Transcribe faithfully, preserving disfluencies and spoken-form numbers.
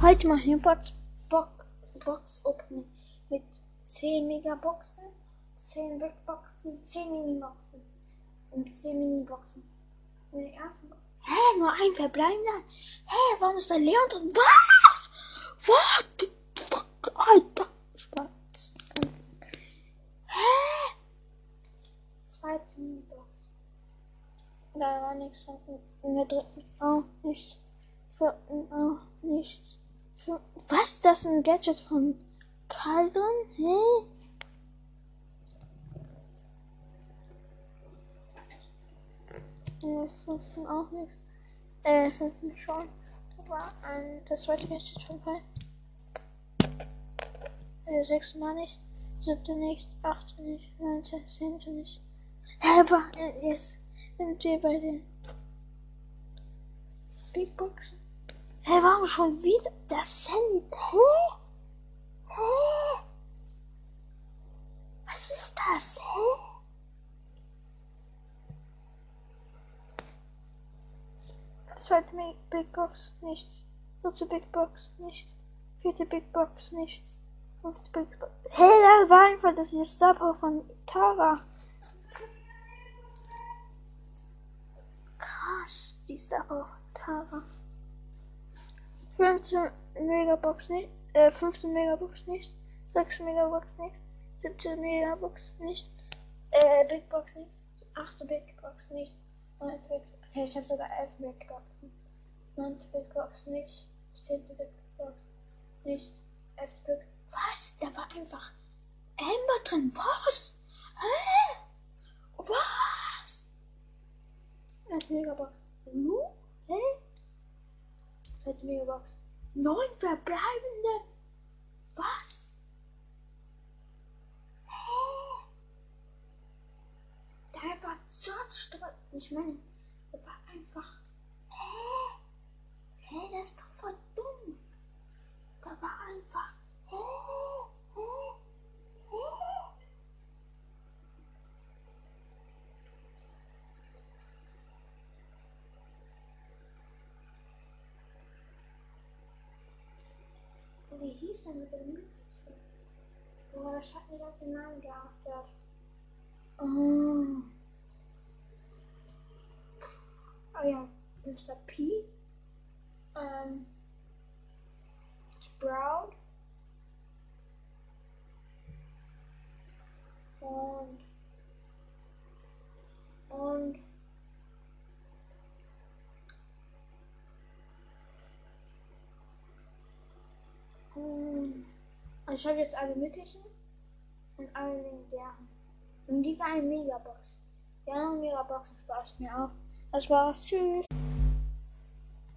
Heute machen wir Box, Box, Box Opening mit zehn Megaboxen, zehn Big Boxen, zehn Miniboxen und zehn Miniboxen. Hä, nur ein verbleibender? Hä, warum ist da Leon drin? Was? What the fuck, Alter? Spaß. Hä? Zweite Minibox. Da war nichts. In der dritten auch nichts. Vierten auch nichts. Was? Das ist ein Gadget von Karl drin? Hä? In der fünften auch nichts. Äh, fünften schon. Da war ein, das zweite Gadget von Karl. In der sechsten Mal nicht. Siebte nicht. Achte nicht. Neunte, zehnte nicht. Hä, war, jetzt sind wir bei den Big Boxen. Hä, warum schon wieder das Handy? Hä? Hä? Was ist das? Hä? Zweite Big Box, nichts. Dritte Big Box, nichts. Vierte Big Box, nichts. Fünfte Big Box. Hä, das war einfach das ist Star Power von Tara. Krass, die Star Power von Tara. Fünfte Megabox nicht, äh, fünfte Megabox nicht, sechste Megabox nicht, siebte Megabox nicht, äh, Big Box nicht, achte Big Box nicht, neunte Big Box, hey, ich hab sogar elf Big Boxen, neunte Big Box nicht, zehnte Big Box nicht, elfte Big, was? Da war einfach Amber drin, was? Hä? Was? elfte Megabox, nu? Hä? Zweite Megabox. Neun verbleibende. Was? Hä? Da war sonst drin. Ich meine, das war einfach. Hä? Hä, das ist doch voll dumm. Da war einfach. Hä? Hä? Hä? Wie hieß der mit dem Mütze? Oh, das hat mir doch den Namen geachtet. Oh. Oh ja, Mister P. Ähm. Sprout. Und. Und. Ich habe jetzt alle mythischen und alle legendären. Und diese eine Megabox. Die anderen Megaboxen spaß mir auch. Das war's. Tschüss.